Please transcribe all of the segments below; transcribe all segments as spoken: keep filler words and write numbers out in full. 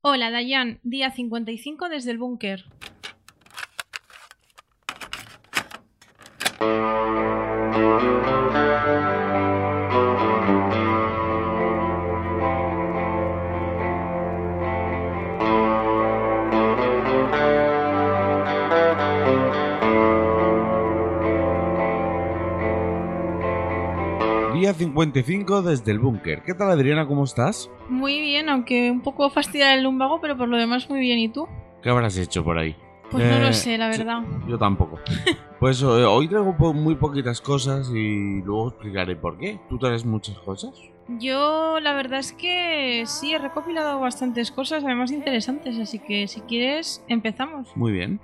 Hola, Dayan, día cincuenta y cinco desde el búnker. Día cincuenta y cinco desde el búnker. ¿Qué tal, Adriana? ¿Cómo estás? Muy bien, aunque un poco fastidiada el lumbago, pero por lo demás muy bien. ¿Y tú? ¿Qué habrás hecho por ahí? Pues no lo sé, la verdad. Sí, yo tampoco. Pues eh, hoy traigo po- muy poquitas cosas y luego explicaré por qué. ¿Tú traes muchas cosas? Yo la verdad es que sí, he recopilado bastantes cosas, además interesantes, así que si quieres, empezamos. Muy bien.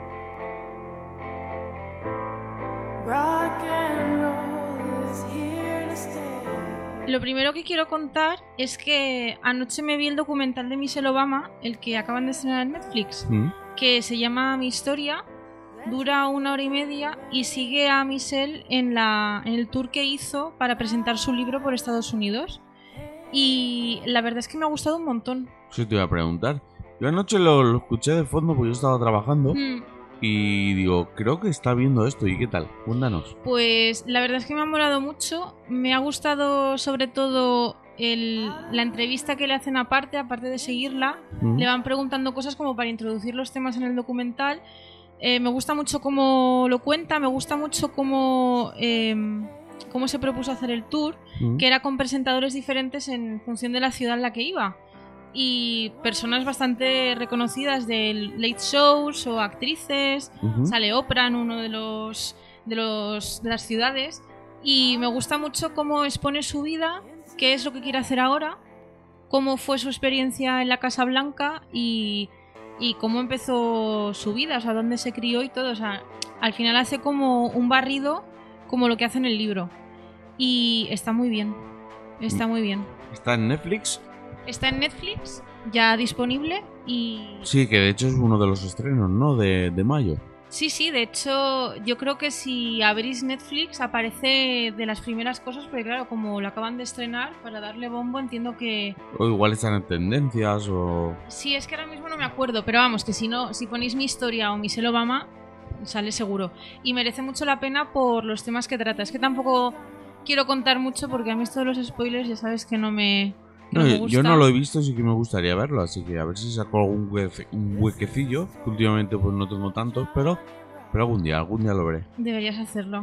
Rock and roll is here to stay. Lo primero que quiero contar es que anoche me vi el documental de Michelle Obama, el que acaban de estrenar en Netflix, ¿Mm? que se llama Mi Historia, dura una hora y media y sigue a Michelle en, la, en el tour que hizo para presentar su libro por Estados Unidos. Y la verdad es que me ha gustado un montón. Sí, te iba a preguntar. Yo anoche lo, lo escuché de fondo porque yo estaba trabajando Hmm, y digo, creo que está viendo esto. ¿Y qué tal? Cuéntanos. Pues la verdad es que me ha molado mucho. Me ha gustado sobre todo el- la entrevista que le hacen aparte, aparte de seguirla. ¿Mm? Le van preguntando cosas como para introducir los temas en el documental. Eh, me gusta mucho cómo lo cuenta, me gusta mucho cómo, eh, cómo se propuso hacer el tour, ¿Mm? que era con presentadores diferentes en función de la ciudad en la que iba. Y personas bastante reconocidas de late shows o actrices. Ujú. Sale Oprah en uno de los, de los de las ciudades. Y me gusta mucho cómo expone su vida, qué es lo que quiere hacer ahora, cómo fue su experiencia en la Casa Blanca y, y cómo empezó su vida, o sea, dónde se crió y todo. O sea, al final hace como un barrido, como lo que hace en el libro. Y está muy bien, está muy bien. ¿Está en Netflix? Está en Netflix, ya disponible y... Sí, que de hecho es uno de los estrenos, ¿no? De, de mayo. Sí, sí, de hecho yo creo que si abrís Netflix aparece de las primeras cosas, porque claro, como lo acaban de estrenar, para darle bombo entiendo que... O igual están en tendencias o... Sí, es que ahora mismo no me acuerdo, pero vamos, que si no, si ponéis Mi Historia o Michelle Obama, sale seguro. Y merece mucho la pena por los temas que trata. Es que tampoco quiero contar mucho porque a mí esto de los spoilers ya sabes que no me, que No, no me yo- gusta. yo no lo he visto, sí que me gustaría verlo, así que a ver si saco algún huece- un huequecillo, que últimamente pues no tengo tantos, pero, pero algún día, algún día lo veré. Deberías hacerlo.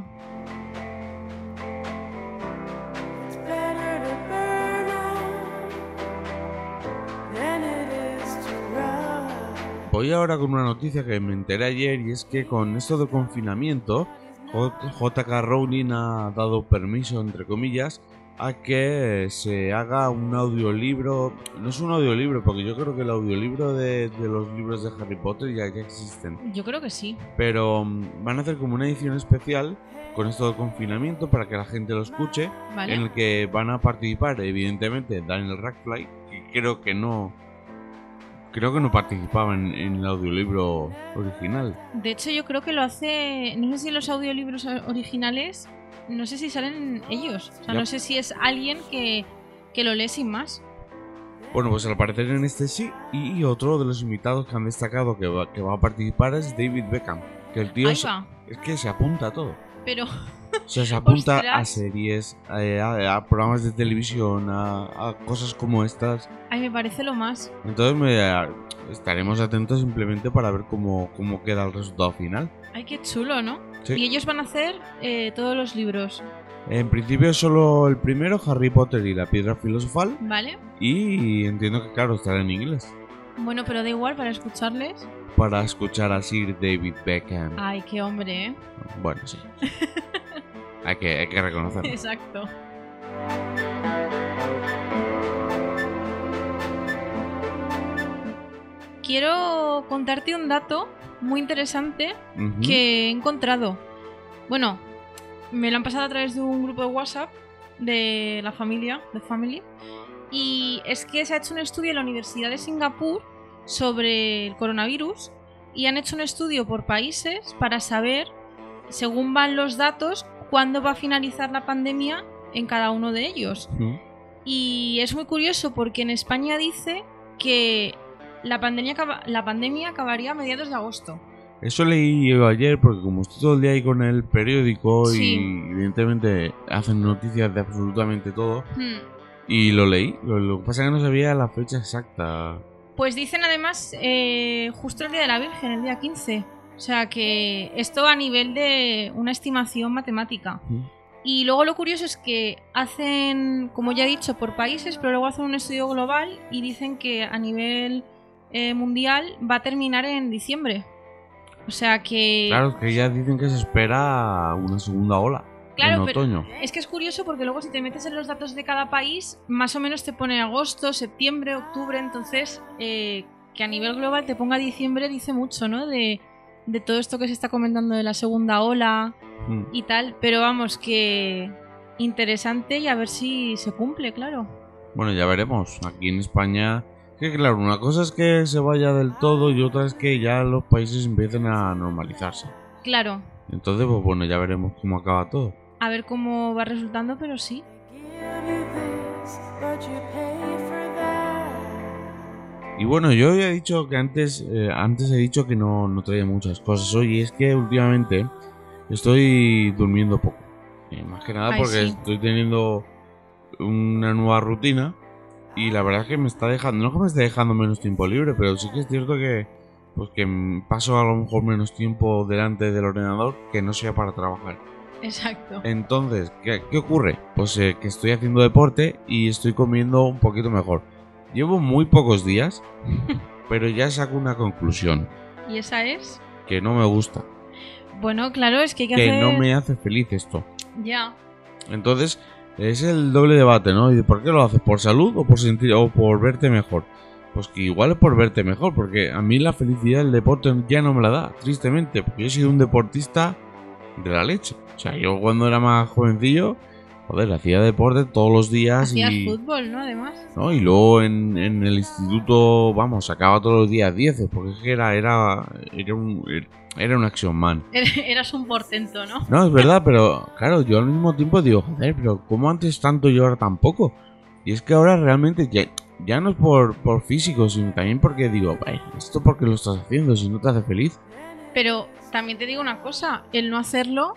It's better to burn out than it is to run. Voy ahora con una noticia que me enteré ayer y es que con esto del confinamiento, J K Rowling ha dado permiso, entre comillas, a que se haga un audiolibro. No es un audiolibro, porque yo creo que el audiolibro de, de los libros de Harry Potter ya, ya existen. Yo creo que sí. Pero mm, van a hacer como una edición especial con esto del confinamiento para que la gente lo escuche, ¿Vale? en el que van a participar evidentemente Daniel Radcliffe, que creo que no creo que no participaba en, en el audiolibro original. De hecho, yo creo que lo hace. No sé si en los audiolibros originales. No sé si salen ellos. O sea, Ya. no sé si es alguien que, que lo lee sin más. Bueno, pues al parecer en este sí, y otro de los invitados que han destacado que va, que va a participar es David Beckham, que el tío Ahí se- va. es que se apunta a todo. Pero. O sea, se apunta Ostras. a series, a, a- a programas de televisión, a, a cosas como estas. Ay, me parece lo más. Entonces me, a- estaremos atentos simplemente para ver cómo, cómo queda el resultado final. Ay, qué chulo, ¿no? Sí. Y ellos van a hacer eh, todos los libros, En principio solo el primero, Harry Potter y la Piedra Filosofal. ¿vale? Y entiendo que claro, estará en inglés. Bueno, pero da igual para escucharles. Para escuchar a Sir David Beckham. Ay, qué hombre, ¿eh? Bueno, sí. hay, que, hay que reconocerlo. Exacto. Quiero contarte un dato muy interesante Ujú. que he encontrado. Bueno, me lo han pasado a través de un grupo de WhatsApp de la familia, de Family, y es que se ha hecho un estudio en la Universidad de Singapur sobre el coronavirus y han hecho un estudio por países para saber, según van los datos, cuándo va a finalizar la pandemia en cada uno de ellos. Ujú. Y es muy curioso porque en España dice que la pandemia, acaba- la pandemia acabaría a mediados de agosto. Eso leí yo ayer porque como estoy todo el día ahí con el periódico Sí. y evidentemente hacen noticias de absolutamente todo Hmm. y lo leí. Lo, lo que pasa es que no sabía la fecha exacta. Pues dicen además eh, justo el Día de la Virgen, el día quince. O sea que esto a nivel de una estimación matemática. Y luego lo curioso es que hacen, como ya he dicho, por países, pero luego hacen un estudio global y dicen que a nivel eh, mundial va a terminar en diciembre. O sea que... Claro, es que ya dicen que se espera una segunda ola Claro, en pero otoño. es que es curioso porque luego si te metes en los datos de cada país, más o menos te pone agosto, septiembre, octubre, entonces eh, que a nivel global te ponga diciembre dice mucho, ¿no? De, de todo esto que se está comentando de la segunda ola Mm. y tal, pero vamos, que interesante y a ver si se cumple, claro. Bueno, ya veremos. Aquí en España, que claro, una cosa es que se vaya del todo y otra es que ya los países empiecen a normalizarse. Claro, Entonces, pues bueno, ya veremos cómo acaba todo. a ver cómo va resultando, pero sí. Give you this, but you pay for that. Y bueno, yo había dicho que antes, eh, antes he dicho que no, no traía muchas cosas hoy y es que últimamente estoy durmiendo poco. Eh, más que nada Ay, porque sí. estoy teniendo una nueva rutina y la verdad es que me está dejando, no que me esté dejando menos tiempo libre, pero sí que es cierto que pues que m- paso a lo mejor menos tiempo delante del ordenador que no sea para trabajar. Exacto. Entonces, ¿qué, qué ocurre? Pues eh, que estoy haciendo deporte y estoy comiendo un poquito mejor. Llevo muy pocos días, pero ya saco una conclusión, ¿Y esa es? que no me gusta, Bueno, claro, es que hay que, que hacer... no me hace feliz esto. Ya. Entonces, es el doble debate, ¿no? ¿Y por qué lo haces? ¿Por salud o por sentir o por verte mejor? Pues que igual es por verte mejor, porque a mí la felicidad del deporte ya no me la da, tristemente, porque yo he sido un deportista de la leche. O sea, yo cuando era más jovencillo, joder, hacía deporte todos los días Hacías y... fútbol, ¿no? Además. ¿no? Y luego en, en el instituto, vamos, sacaba todos los días diez, porque es que era, era, era un, era un action man. Eras un portento, ¿no? No, es verdad, pero claro, yo al mismo tiempo digo, joder, pero ¿cómo antes tanto y ahora tan poco? Y es que ahora realmente ya, ya no es por, por físico, sino también porque digo, "Ay, esto porque lo estás haciendo, si no te hace feliz". Pero también te digo una cosa, el no hacerlo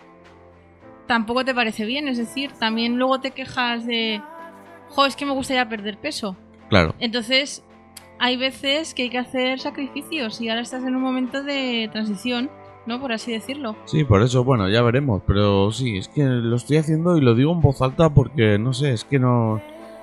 tampoco te parece bien, es decir, también luego te quejas de, jo, es que me gustaría perder peso. Claro, Entonces, hay veces que hay que hacer sacrificios y ahora estás en un momento de transición, ¿no? Por así decirlo. sí, por eso, bueno, ya veremos, pero sí, es que lo estoy haciendo y lo digo en voz alta porque, no sé, es que no...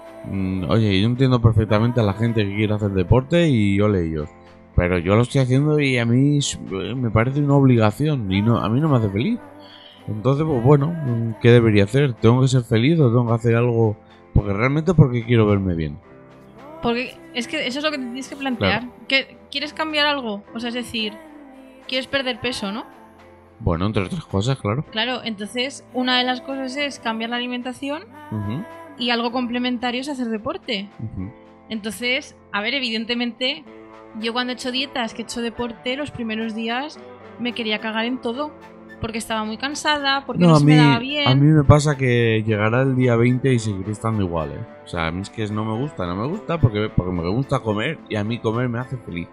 Mm, Oye, yo entiendo perfectamente a la gente que quiere hacer deporte y ole ellos. Pero yo lo estoy haciendo y a mí s- me parece una obligación y no, a mí no me hace feliz. Entonces, pues bueno, mm, ¿qué debería hacer? ¿Tengo que ser feliz o tengo que hacer algo? Porque realmente porque quiero verme bien. Porque es que eso es lo que te tienes que plantear. Que ¿quieres cambiar algo? O sea, es decir, quieres perder peso, ¿no? Bueno, entre otras cosas, claro. Claro, entonces una de las cosas es cambiar la alimentación Ujú, y algo complementario es hacer deporte. ujú. Entonces, a ver, evidentemente, yo cuando he hecho dietas, que he hecho deporte, los primeros días me quería cagar en todo. Porque estaba muy cansada, porque no, No, a se mí, me daba bien. a mí me pasa que llegará el día veinte y seguiré estando igual, ¿eh? O sea, a mí es que no me gusta, no me gusta porque, porque me gusta comer y a mí comer me hace feliz.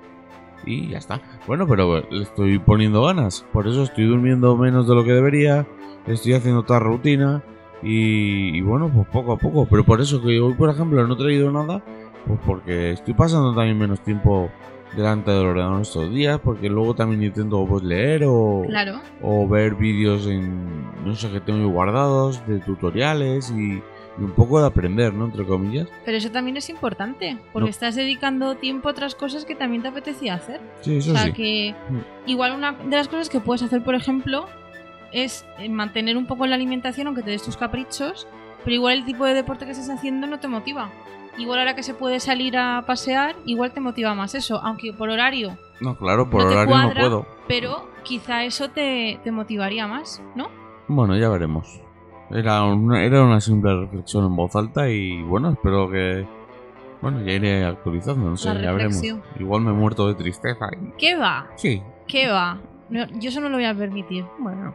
Y ya está. Bueno, pero le estoy poniendo ganas. Por eso estoy durmiendo menos de lo que debería. Estoy haciendo otra rutina. Y, y bueno, pues poco a poco. Pero por eso que hoy, por ejemplo, no he traído nada. Pues porque estoy pasando también menos tiempo delante del ordenador estos días. Porque luego también intento pues leer o, Claro. o ver vídeos en, no sé, que tengo ahí guardados de tutoriales y, y un poco de aprender, ¿no? Entre comillas. Pero eso también es importante, porque No. estás dedicando tiempo a otras cosas que también te apetecía hacer. Sí, eso o sea sí. que Mm. igual una de las cosas que puedes hacer, por ejemplo, es eh, mantener un poco la alimentación, aunque te des tus caprichos, pero igual el tipo de deporte que estás haciendo no te motiva. Igual ahora que se puede salir a pasear, igual te motiva más eso, aunque por horario, No, claro, por no te horario no cuadra. puedo. pero quizá eso te, te motivaría más, ¿no? Bueno, ya veremos. Era una, era una simple reflexión en voz alta y bueno, espero que... Bueno, ya iré actualizando, no sé, La ya veremos. reflexión. Igual me he muerto de tristeza. y- ¿Qué va? Sí, ¿Qué va? No, yo eso no lo voy a permitir. bueno.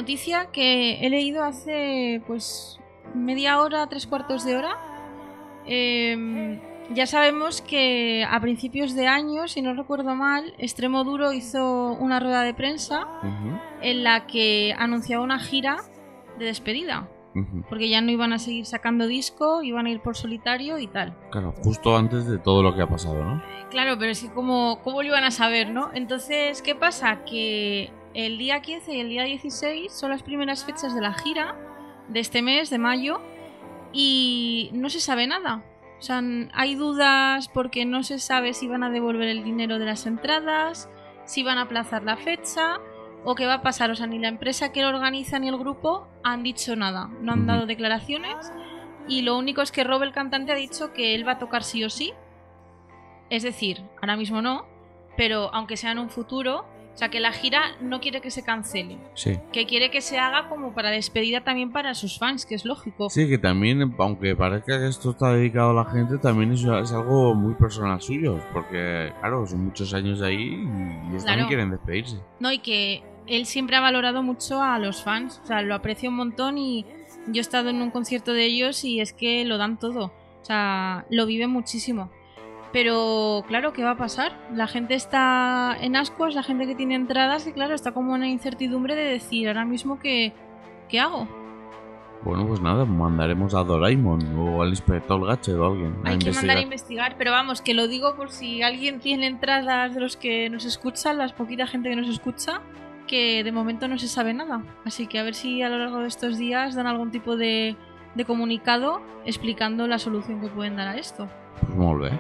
noticia que he leído hace pues media hora, tres cuartos de hora. Eh, ya sabemos que a principios de año, si no recuerdo mal, Extremoduro hizo una rueda de prensa Ujú, en la que anunciaba una gira de despedida. ujú. Porque ya no iban a seguir sacando disco, iban a ir por solitario y tal. Claro, justo antes de todo lo que ha pasado, ¿no? Claro, pero es que como, ¿cómo lo iban a saber, no? Entonces, ¿qué pasa? Que el día quince y el día dieciséis son las primeras fechas de la gira de este mes, de mayo, y no se sabe nada. O sea, n- hay dudas porque no se sabe si van a devolver el dinero de las entradas, si van a aplazar la fecha o qué va a pasar. O sea, ni la empresa que lo organiza ni el grupo han dicho nada, no han Ujú. dado declaraciones y lo único es que Rob, el cantante, ha dicho que él va a tocar sí o sí. Es decir, ahora mismo no, pero aunque sea en un futuro, o sea, que la gira no quiere que se cancele, Sí. que quiere que se haga como para despedida también para sus fans, que es lógico. Sí, que también, aunque parezca que esto está dedicado a la gente, también es, es algo muy personal suyo. Porque, claro, son muchos años ahí y ellos Claro. también quieren despedirse. No, y que él siempre ha valorado mucho a los fans, o sea, lo aprecia un montón y yo he estado en un concierto de ellos y es que lo dan todo, o sea, lo viven muchísimo. Pero claro, ¿qué va a pasar? La gente está en ascuas, la gente que tiene entradas y claro, está como una incertidumbre de decir ahora mismo qué, qué hago. Bueno, pues nada, mandaremos a Doraemon o al inspector Gadget o a alguien a Hay que investigar. mandar a investigar, pero vamos, que lo digo por si alguien tiene entradas de los que nos escuchan, la poquita gente que nos escucha, que de momento no se sabe nada. Así que a ver si a lo largo de estos días dan algún tipo de, de comunicado explicando la solución que pueden dar a esto. Pues molt bé.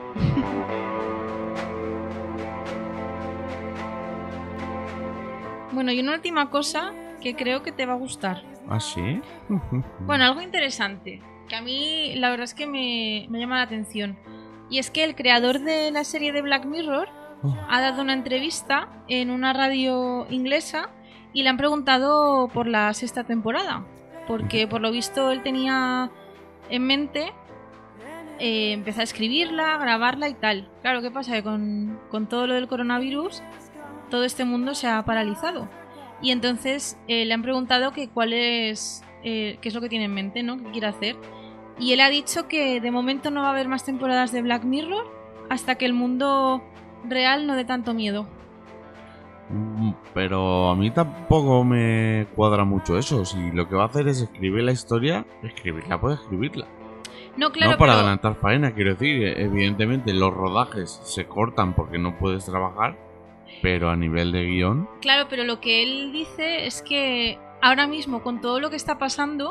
Bueno, y una última cosa que creo que te va a gustar. ¿Ah, sí? Bueno, algo interesante, que a mí la verdad es que me, me llama la atención. Y es que el creador de la serie de Black Mirror Oh, ha dado una entrevista en una radio inglesa y le han preguntado por la sexta temporada. Porque por lo visto él tenía en mente eh, empezar a escribirla, grabarla y tal. Claro, ¿qué pasa? Que con, con todo lo del coronavirus, todo este mundo se ha paralizado. Y entonces eh, le han preguntado que cuál es, eh, qué es lo que tiene en mente, ¿no? ¿Qué quiere hacer? Y él ha dicho que de momento no va a haber más temporadas de Black Mirror hasta que el mundo real no dé tanto miedo. mm, pero a mí tampoco me cuadra mucho eso. Si lo que va a hacer es escribir la historia, escribirla, puede escribirla. No, claro, no para pero... adelantar faena, quiero decir. Evidentemente los rodajes se cortan porque no puedes trabajar, pero a nivel de guión, Claro, pero lo que él dice es que ahora mismo, con todo lo que está pasando,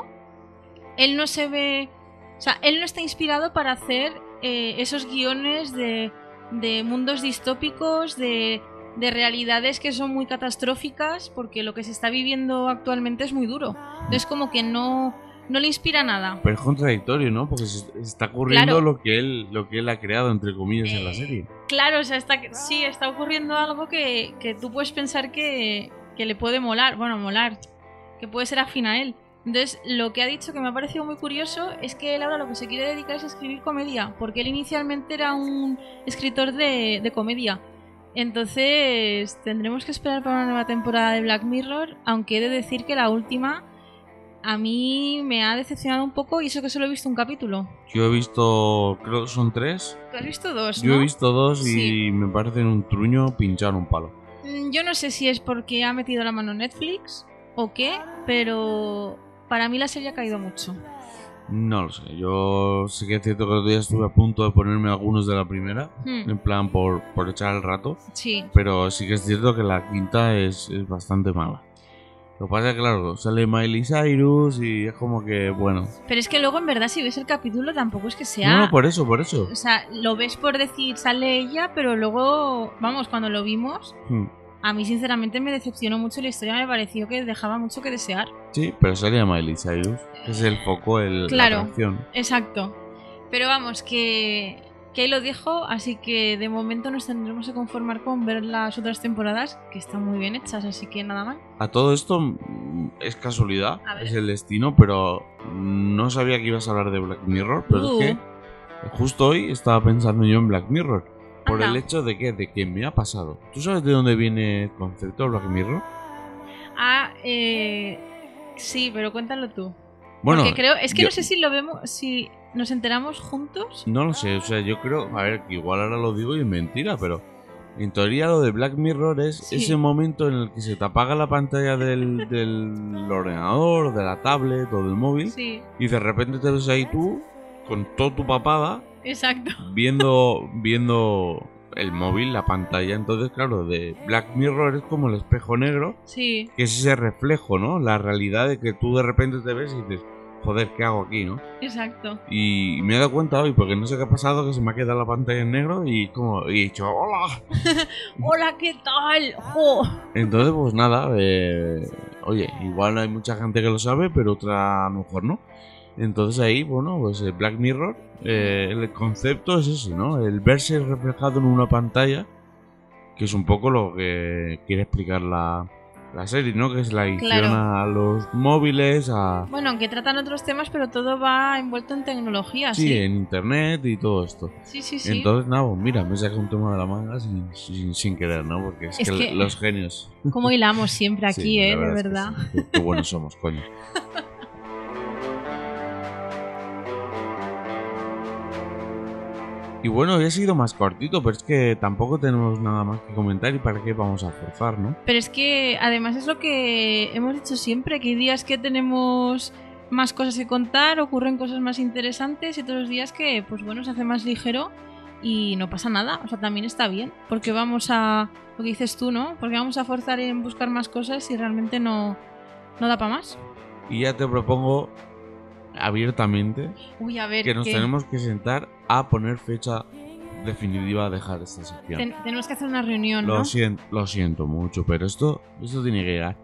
él no se ve... O sea, él no está inspirado para hacer eh, esos guiones de, de mundos distópicos, de, de realidades que son muy catastróficas, porque lo que se está viviendo actualmente es muy duro. Entonces, como que no, no le inspira nada. pero es contradictorio, ¿no? Porque se se está ocurriendo Claro. lo que él lo que él ha creado, entre comillas, en la Eh, serie. Claro, o sea, está, sí, está ocurriendo algo que, que tú puedes pensar que, que le puede molar, bueno, molar, que puede ser afín a él. Entonces, lo que ha dicho que me ha parecido muy curioso es que él ahora lo que se quiere dedicar es a escribir comedia, porque él inicialmente era un escritor de, de comedia. Entonces, tendremos que esperar para una nueva temporada de Black Mirror, aunque he de decir que la última a mí me ha decepcionado un poco y eso que solo he visto un capítulo. Yo he visto, creo que son tres. ¿Tú has visto dos, Yo no? he visto dos y Sí. me parecen un truño pinchar un palo. Mm, Yo no sé si es porque ha metido la mano Netflix o qué, pero para mí la serie ha caído mucho. No lo sé, yo sí que es cierto que el otro día estuve a punto de ponerme algunos de la primera, Hmm, en plan por, por echar el rato, Sí, pero sí que es cierto que la quinta es, es bastante mala. Lo que pasa es que, claro, sale Miley Cyrus y es como que, bueno... pero es que luego en verdad si ves el capítulo tampoco es que sea... No, no, por eso, por eso. O sea, lo ves por decir sale ella, pero luego, vamos, cuando lo vimos, Hmm. a mí sinceramente me decepcionó mucho la historia, me pareció que dejaba mucho que desear. Sí, pero salía Miley Cyrus, que es el foco, el, Claro. la atracción. Exacto. Pero vamos, que, que ahí lo dejo, así que de momento nos tendremos que conformar con ver las otras temporadas, que están muy bien hechas, así que nada mal. A todo esto mm, es casualidad, A ver. es el destino, pero no sabía que ibas a hablar de Black Mirror, pero Uh. es que justo hoy estaba pensando yo en Black Mirror. Por Anda. el hecho de que, de que me ha pasado. ¿Tú sabes de dónde viene el concepto de Black Mirror? Ah, eh, Sí, pero cuéntalo tú. Bueno, Porque creo, es que yo- no sé si lo vemos, si nos enteramos juntos. No lo sé, o sea, yo creo, a ver, que igual ahora lo digo y es mentira, pero en teoría lo de Black Mirror es Sí. ese momento en el que se te apaga la pantalla del, del ordenador, de la tablet o del móvil Sí, y de repente te ves ahí tú con toda tu papada exacto. viendo, viendo el móvil, la pantalla. Entonces, claro, de Black Mirror es como el espejo negro, Sí, que es ese reflejo, ¿no? La realidad de que tú de repente te ves y dices, joder, ¿qué hago aquí, no? exacto. Y me he dado cuenta hoy, porque no sé qué ha pasado, que se me ha quedado la pantalla en negro y como y he dicho, ¡hola! Hola, ¿qué tal? ¡Jo! Entonces, pues nada, eh, oye, igual hay mucha gente que lo sabe, pero otra a lo mejor no. Entonces ahí, bueno, pues el Black Mirror, eh, el concepto es ese, ¿no? El verse reflejado en una pantalla, que es un poco lo que quiere explicar la, la serie, ¿no? Que es la adicción Claro. a los móviles, a... Bueno, aunque tratan otros temas, pero todo va envuelto en tecnología, Sí, sí. en internet y todo esto. Sí, sí, sí. Entonces, nada, pues mira, me saca un tema de la manga sin, sin, sin querer, ¿no? Porque es, Es que, que- los genios. Cómo hilamos siempre aquí, Sí, la eh, de es que verdad. sí. Qué, qué buenos somos, coño. Y bueno, hoy ha sido más cortito, pero es que tampoco tenemos nada más que comentar y para qué vamos a forzar, ¿no? Pero es que además es lo que hemos dicho siempre, que hay días que tenemos más cosas que contar, ocurren cosas más interesantes y otros días que, pues bueno, se hace más ligero y no pasa nada. O sea, también está bien, porque vamos a, lo que dices tú, ¿no? Porque vamos a forzar en buscar más cosas y realmente no, no da para más. Y ya te propongo abiertamente Uy, a ver, que nos que tenemos que sentar a poner fecha definitiva a dejar esta sección. ten- tenemos que hacer una reunión, Lo, ¿no? siento, lo siento mucho, pero esto, esto tiene que llegar.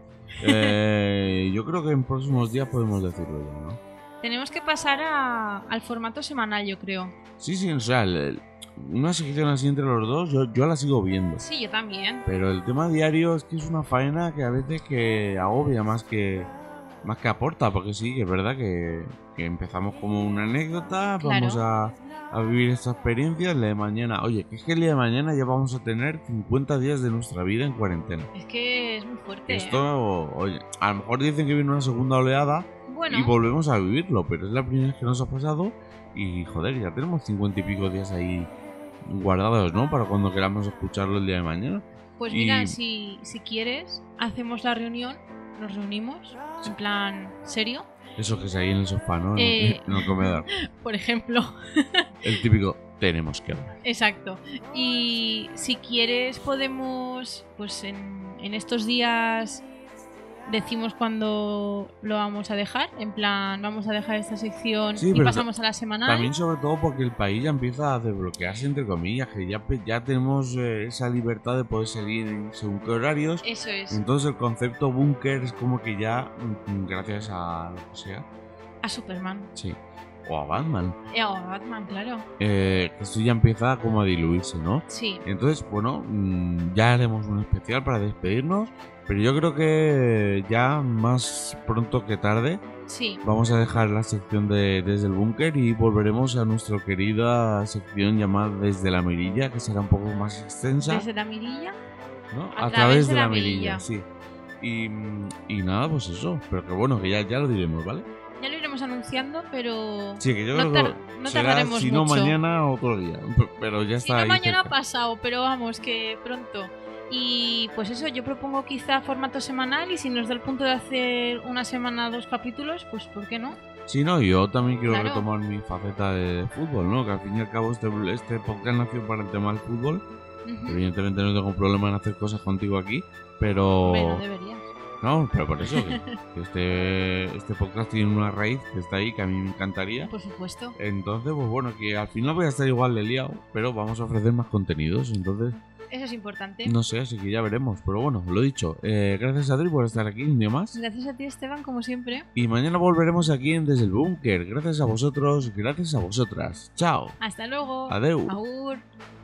Eh, yo creo que en próximos días podemos decirlo ya, ¿no? Tenemos que pasar a- al formato semanal, yo creo. Sí, sí, o sea, el- el- una sección así entre los dos, yo, yo la sigo viendo. Sí, yo también. Pero el tema diario es que es una faena que a veces que agobia más que más que aporta, porque sí, que es verdad que, que empezamos como una anécdota, Claro. vamos a, a vivir esta experiencia, el día de mañana, oye, que es que el día de mañana ya vamos a tener cincuenta días de nuestra vida en cuarentena. Es que es muy fuerte. ¿eh? Esto, oye, a lo mejor dicen que viene una segunda oleada Bueno, y volvemos a vivirlo, pero es la primera vez que nos ha pasado y joder, ya tenemos cincuenta y pico días ahí guardados, ¿no? Para cuando queramos escucharlo el día de mañana. pues y- mira, si, si quieres, hacemos la reunión, nos reunimos, en plan serio, Eso que es ahí en el sofá, ¿no? En, Eh. en el comedor. por ejemplo. El típico, tenemos que hablar. Exacto. Y si quieres, podemos, pues en, en estos días decimos cuándo lo vamos a dejar. En plan, vamos a dejar esta sección Sí, y pero pasamos a la semanal. También sobre todo porque el país ya empieza a desbloquearse, entre comillas, que ya, pe- ya tenemos eh, esa libertad de poder salir en según qué horarios. Eso es. Entonces el concepto búnker es como que ya, mm, gracias a lo que sea, A Superman. sí, o a Batman, Eh, o a Batman, claro. eh, que esto ya empieza como a diluirse, ¿no? Sí. Entonces, bueno, mm, ya haremos un especial para despedirnos, pero yo creo que ya más pronto que tarde Sí. vamos a dejar la sección de Desde el Búnker y volveremos a nuestra querida sección llamada Desde la Mirilla, que será un poco más extensa, Desde la mirilla. ¿no? a través de la mirilla. sí. Y, mm, y nada, pues eso, pero que bueno, que ya, ya lo diremos, ¿vale? Ya lo iremos anunciando, pero Sí, que yo no, creo tar- que no será, tardaremos si no mucho. mañana, otro día, p- pero ya Si está no ahí mañana ha cerca. pasado, pero vamos, que pronto. Y pues eso, yo propongo quizá formato semanal y si nos da el punto de hacer una semana dos capítulos, pues ¿por qué no? Sí, no, yo también quiero Claro. retomar mi faceta de fútbol, ¿no? Que al fin y al cabo este, este podcast nació para el tema del fútbol. Ujú. Evidentemente no tengo problema en hacer cosas contigo aquí, pero... Bueno, deberías. No, pero por eso, que, que este, este podcast tiene una raíz que está ahí, que a mí me encantaría. Por supuesto. Entonces, pues bueno, que al final voy a estar igual de liado, pero vamos a ofrecer más contenidos. Entonces, Eso es importante. no sé, así que ya veremos. Pero bueno, lo dicho, eh, gracias Adri por estar aquí un día más. Gracias a ti, Esteban, como siempre. Y mañana volveremos aquí en Desde el Búnker. Gracias a vosotros, gracias a vosotras. Chao. Hasta luego. Adeu. Agur.